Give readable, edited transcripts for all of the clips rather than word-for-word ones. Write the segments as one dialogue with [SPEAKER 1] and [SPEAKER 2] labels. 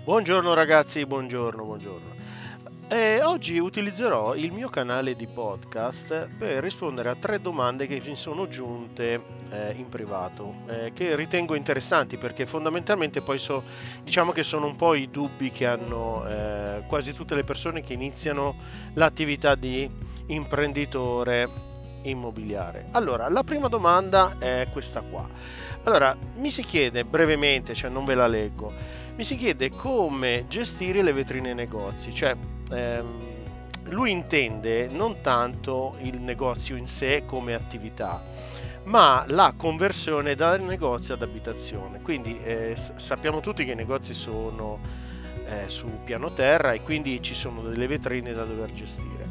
[SPEAKER 1] Buongiorno ragazzi, buongiorno. Oggi utilizzerò il mio canale di podcast per rispondere a tre domande che mi sono giunte in privato, che ritengo interessanti perché fondamentalmente diciamo che sono un po' i dubbi che hanno quasi tutte le persone che iniziano l'attività di imprenditore immobiliare. Allora, la prima domanda è questa qua. Allora, mi si chiede brevemente, cioè non ve la leggo, mi si chiede come gestire le vetrine ai negozi, cioè lui intende non tanto il negozio in sé come attività, ma la conversione dal negozio ad abitazione. Quindi sappiamo tutti che i negozi sono su piano terra e quindi ci sono delle vetrine da dover gestire.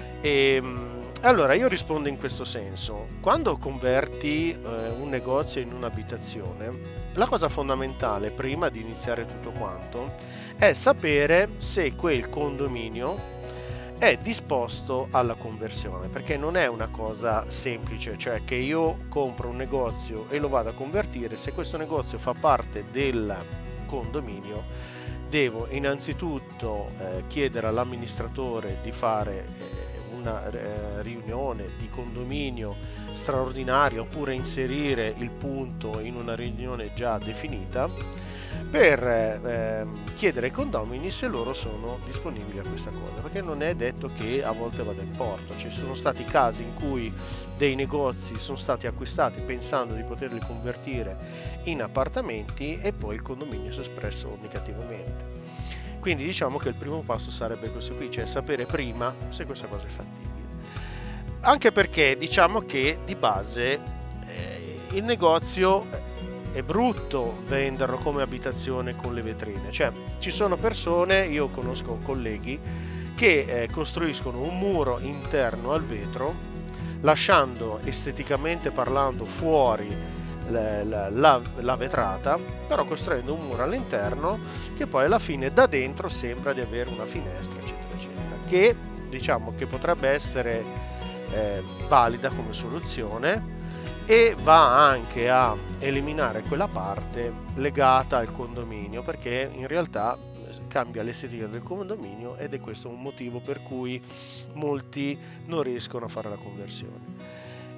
[SPEAKER 1] Allora io rispondo in questo senso: quando converti un negozio in un'abitazione, la cosa fondamentale prima di iniziare tutto quanto è sapere se quel condominio è disposto alla conversione, perché non è una cosa semplice, cioè che io compro un negozio e lo vado a convertire. Se questo negozio fa parte del condominio, devo innanzitutto chiedere all'amministratore di fare una riunione di condominio straordinaria, oppure inserire il punto in una riunione già definita per chiedere ai condomini se loro sono disponibili a questa cosa, perché non è detto che a volte vada in porto. Ci sono stati casi in cui dei negozi sono stati acquistati pensando di poterli convertire in appartamenti e poi il condominio si è espresso negativamente. Quindi diciamo che il primo passo sarebbe questo qui, cioè sapere prima se questa cosa è fattibile. Anche perché diciamo che di base il negozio è brutto venderlo come abitazione con le vetrine, cioè ci sono persone, io conosco colleghi che costruiscono un muro interno al vetro, lasciando esteticamente parlando fuori la vetrata, però costruendo un muro all'interno che poi alla fine da dentro sembra di avere una finestra, eccetera eccetera, che diciamo che potrebbe essere valida come soluzione e va anche a eliminare quella parte legata al condominio, perché in realtà cambia l'estetica del condominio ed è questo un motivo per cui molti non riescono a fare la conversione.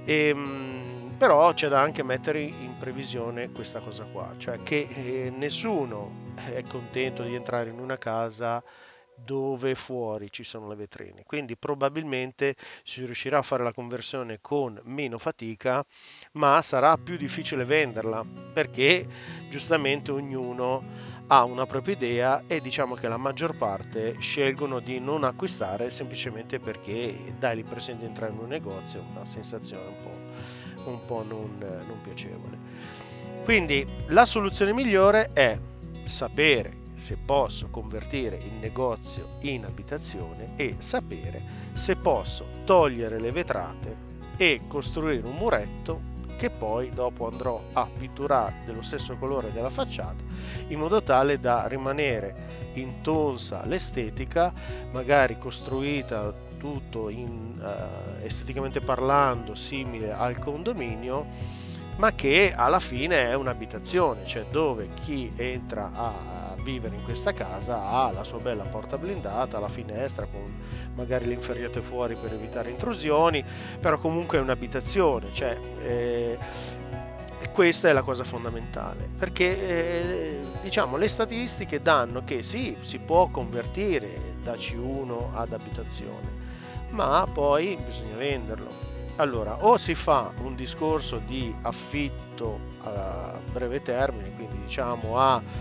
[SPEAKER 1] Però c'è da anche mettere in previsione questa cosa qua, cioè che nessuno è contento di entrare in una casa dove fuori ci sono le vetrine, quindi probabilmente si riuscirà a fare la conversione con meno fatica, ma sarà più difficile venderla perché giustamente ognuno ha una propria idea e diciamo che la maggior parte scelgono di non acquistare semplicemente perché dai l'impressione di entrare in un negozio, una sensazione un po' non piacevole. Quindi la soluzione migliore è sapere se posso convertire il negozio in abitazione e sapere se posso togliere le vetrate e costruire un muretto che poi dopo andrò a pitturare dello stesso colore della facciata in modo tale da rimanere intonsa l'estetica, magari costruita tutto esteticamente parlando simile al condominio, ma che alla fine è un'abitazione, cioè dove chi entra a vivere in questa casa ha la sua bella porta blindata, la finestra con magari le inferriate fuori per evitare intrusioni, però comunque è un'abitazione, cioè questa è la cosa fondamentale, perché diciamo le statistiche danno che sì, si può convertire da C1 ad abitazione, ma poi bisogna venderlo. Allora, o si fa un discorso di affitto a breve termine, quindi diciamo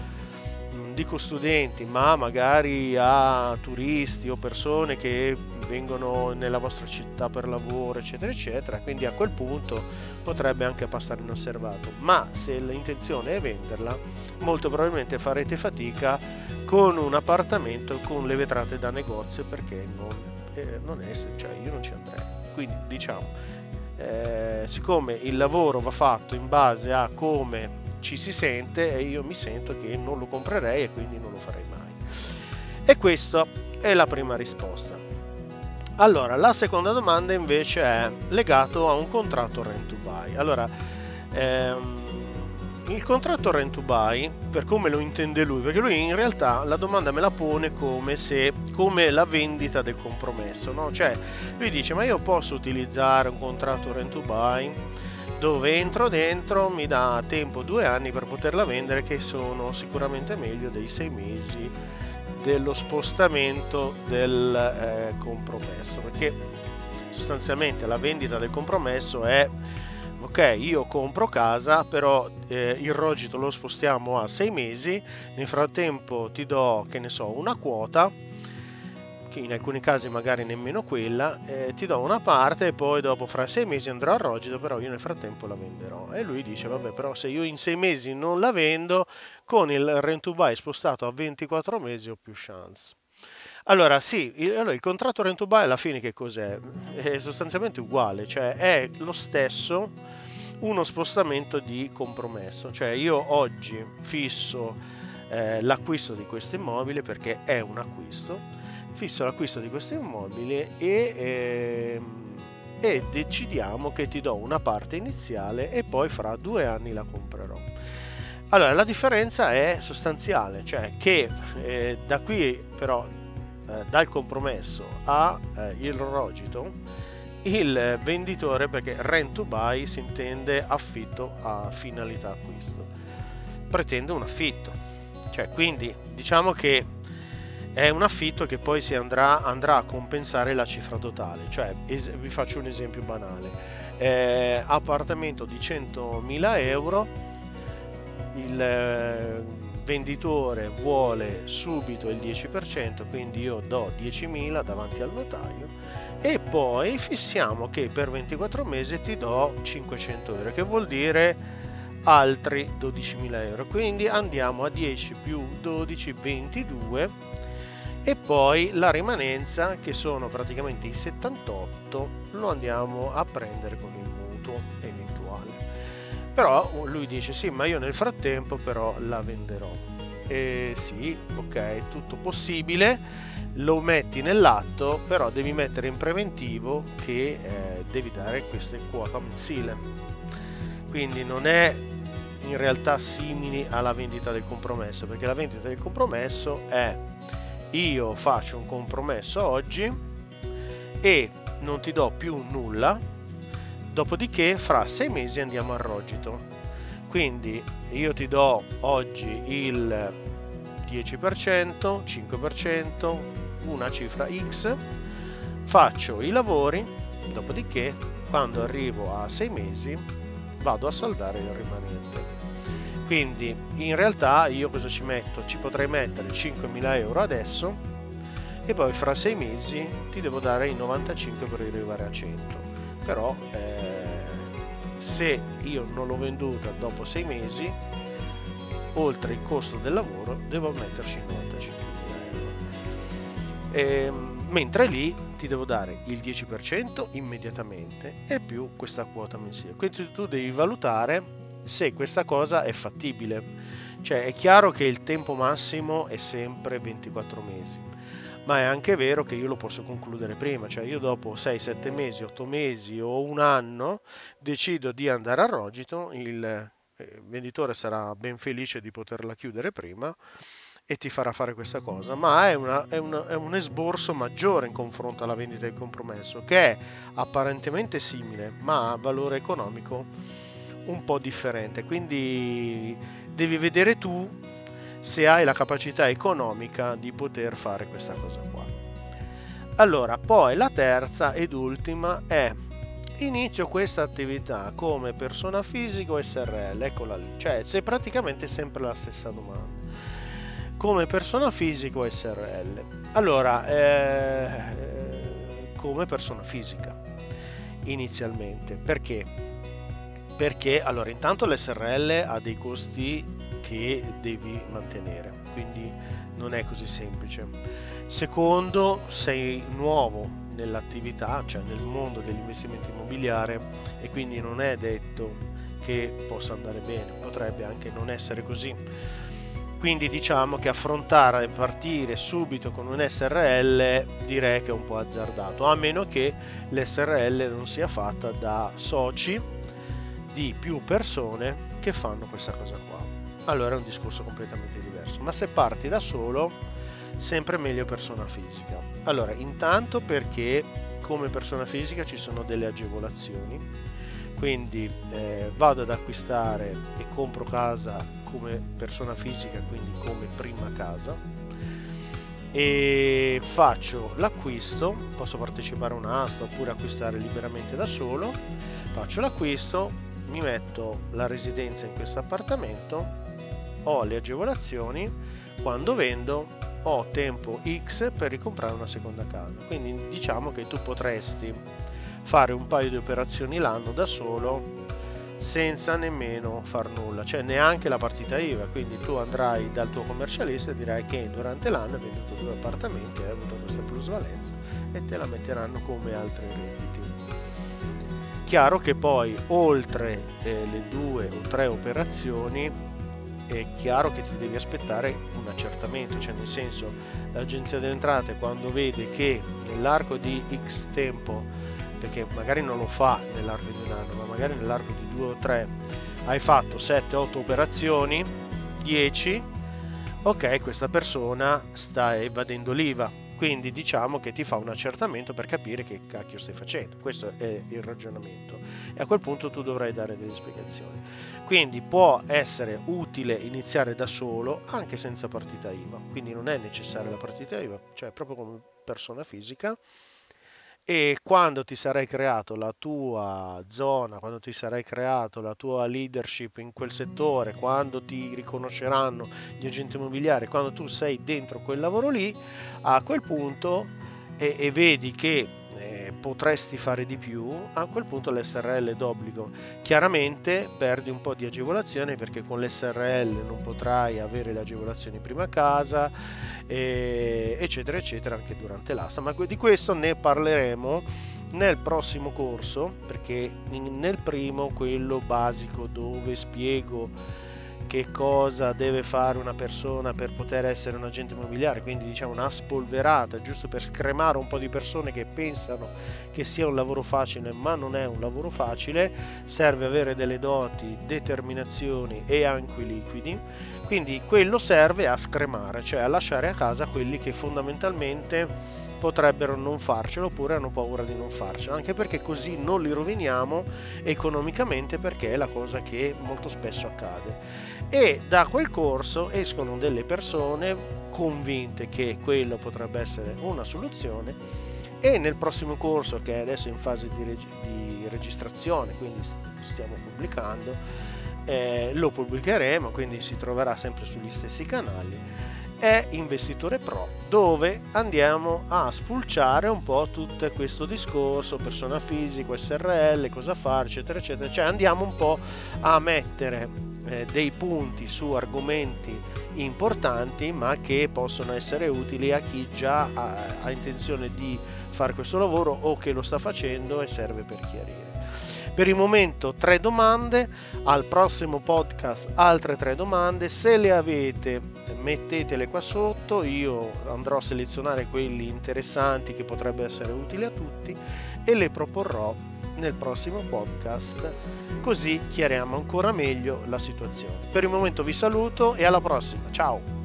[SPEAKER 1] dico studenti, ma magari a turisti o persone che vengono nella vostra città per lavoro, eccetera, eccetera, quindi a quel punto potrebbe anche passare inosservato, ma se l'intenzione è venderla, molto probabilmente farete fatica con un appartamento con le vetrate da negozio, perché non è, cioè io non ci andrei. Quindi diciamo, siccome il lavoro va fatto in base a come ci si sente, e io mi sento che non lo comprerei e quindi non lo farei mai. E questa è la prima risposta. Allora, la seconda domanda invece è legato a un contratto rent to buy. Allora, il contratto rent to buy, per come lo intende lui, perché lui in realtà la domanda me la pone come la vendita del compromesso, no? Cioè lui dice: ma io posso utilizzare un contratto rent to buy dove entro dentro, mi dà tempo 2 anni per poterla vendere, che sono sicuramente meglio dei 6 mesi dello spostamento del compromesso, perché sostanzialmente la vendita del compromesso è: ok, io compro casa, però il rogito lo spostiamo a 6 mesi, nel frattempo ti do, che ne so, una quota, che in alcuni casi magari nemmeno quella, ti do una parte e poi dopo fra 6 mesi andrò al rogito, però io nel frattempo la venderò. E lui dice: vabbè, però se io in 6 mesi non la vendo, con il rent to buy spostato a 24 mesi ho più chance. Allora sì, il contratto rent to buy alla fine che cos'è? È sostanzialmente uguale, cioè è lo stesso, uno spostamento di compromesso, cioè io oggi fisso l'acquisto di questo immobile, perché è un acquisto, fisso l'acquisto di questo immobile e decidiamo che ti do una parte iniziale e poi fra 2 anni la comprerò. Allora la differenza è sostanziale, cioè che da qui però dal compromesso a il rogito, il venditore, perché rent to buy si intende affitto a finalità acquisto, pretende un affitto, cioè quindi diciamo che è un affitto che poi andrà a compensare la cifra totale. Cioè vi faccio un esempio banale: appartamento di 100.000 euro, il venditore vuole subito il 10%, quindi io do 10.000 davanti al notaio e poi fissiamo che per 24 mesi ti do 500 euro, che vuol dire altri 12.000 euro, quindi andiamo a 10 più 12, 22, e poi la rimanenza, che sono praticamente i 78, lo andiamo a prendere con il mutuo eventuale. Però lui dice: sì, ma io nel frattempo però la venderò. E sì, ok, tutto possibile, lo metti nell'atto, però devi mettere in preventivo che devi dare queste quota mensile, quindi non è in realtà simile alla vendita del compromesso, perché la vendita del compromesso è: io faccio un compromesso oggi e non ti do più nulla, dopodiché fra 6 mesi andiamo al rogito. Quindi io ti do oggi il 10%, 5%, una cifra X, faccio i lavori, dopodiché quando arrivo a 6 mesi vado a saldare il rimanente. Quindi in realtà io cosa ci metto? Ci potrei mettere 5.000 euro adesso e poi fra 6 mesi ti devo dare i 95 per arrivare a 100. Però se io non l'ho venduta dopo 6 mesi, oltre il costo del lavoro devo metterci 95.000 euro. Mentre lì ti devo dare il 10% immediatamente e più questa quota mensile. Quindi tu devi valutare se questa cosa è fattibile. Cioè è chiaro che il tempo massimo è sempre 24 mesi, ma è anche vero che io lo posso concludere prima. Cioè io dopo 6, 7 mesi, 8 mesi o un anno decido di andare a rogito, il venditore sarà ben felice di poterla chiudere prima e ti farà fare questa cosa, ma è un esborso maggiore in confronto alla vendita del compromesso, che è apparentemente simile ma ha valore economico un po' differente. Quindi devi vedere tu se hai la capacità economica di poter fare questa cosa qua. Allora, poi la terza ed ultima è: inizio questa attività come persona fisica o SRL? Eccola lì, cioè c'è praticamente sempre la stessa domanda. Come persona fisica o SRL? Allora, come persona fisica inizialmente. Perché? Perché allora intanto l'SRL ha dei costi che devi mantenere, quindi non è così semplice. Secondo, sei nuovo nell'attività, cioè nel mondo dell'investimento immobiliare, e quindi non è detto che possa andare bene, potrebbe anche non essere così. Quindi diciamo che affrontare e partire subito con un SRL direi che è un po' azzardato, a meno che l'SRL non sia fatta da soci di più persone che fanno questa cosa qua. Allora è un discorso completamente diverso. Ma se parti da solo, sempre meglio persona fisica. Allora, intanto perché come persona fisica ci sono delle agevolazioni, quindi vado ad acquistare e compro casa come persona fisica, quindi come prima casa, e faccio l'acquisto, posso partecipare a un'asta oppure acquistare liberamente da solo, faccio l'acquisto, mi metto la residenza in questo appartamento, ho le agevolazioni, quando vendo ho tempo X per ricomprare una seconda casa. Quindi diciamo che tu potresti fare un paio di operazioni l'anno da solo senza nemmeno far nulla, cioè neanche la partita IVA. Quindi tu andrai dal tuo commercialista e dirai che durante l'anno hai venduto 2 appartamenti, hai avuto questa plusvalenza e te la metteranno come altri redditi. Chiaro che poi oltre le 2 o 3 operazioni è chiaro che ti devi aspettare un accertamento, cioè nel senso l'agenzia delle entrate quando vede che nell'arco di X tempo, perché magari non lo fa nell'arco di un anno, ma magari nell'arco di 2 o 3 hai fatto 7-8 operazioni, 10, ok, questa persona sta evadendo l'IVA, quindi diciamo che ti fa un accertamento per capire che cacchio stai facendo. Questo è il ragionamento e a quel punto tu dovrai dare delle spiegazioni. Quindi può essere utile iniziare da solo anche senza partita IVA, quindi non è necessaria la partita IVA, cioè proprio come persona fisica. E quando ti sarai creato la tua zona, quando ti sarai creato la tua leadership in quel settore, quando ti riconosceranno gli agenti immobiliari, quando tu sei dentro quel lavoro lì, a quel punto e vedi che potresti fare di più, a quel punto l'SRL è d'obbligo. Chiaramente perdi un po' di agevolazione perché con l'SRL non potrai avere le agevolazioni prima casa, eccetera eccetera, anche durante l'asta, ma di questo ne parleremo nel prossimo corso, perché nel primo, quello basico, dove spiego che cosa deve fare una persona per poter essere un agente immobiliare, quindi diciamo una spolverata giusto per scremare un po' di persone che pensano che sia un lavoro facile, ma non è un lavoro facile, serve avere delle doti, determinazioni e anche liquidi. Quindi quello serve a scremare, cioè a lasciare a casa quelli che fondamentalmente potrebbero non farcelo oppure hanno paura di non farcelo, anche perché così non li roviniamo economicamente, perché è la cosa che molto spesso accade. E da quel corso escono delle persone convinte che quello potrebbe essere una soluzione, e nel prossimo corso, che è adesso in fase di registrazione, quindi stiamo pubblicando, lo pubblicheremo, quindi si troverà sempre sugli stessi canali, è Investitore Pro, dove andiamo a spulciare un po' tutto questo discorso persona fisica, SRL, cosa fare, eccetera eccetera, cioè andiamo un po' a mettere dei punti su argomenti importanti ma che possono essere utili a chi già ha intenzione di fare questo lavoro o che lo sta facendo e serve per chiarire. Per il momento 3 domande, al prossimo podcast altre 3 domande, se le avete mettetele qua sotto, io andrò a selezionare quelli interessanti che potrebbero essere utili a tutti e le proporrò nel prossimo podcast, così chiariamo ancora meglio la situazione. Per il momento vi saluto e alla prossima, ciao!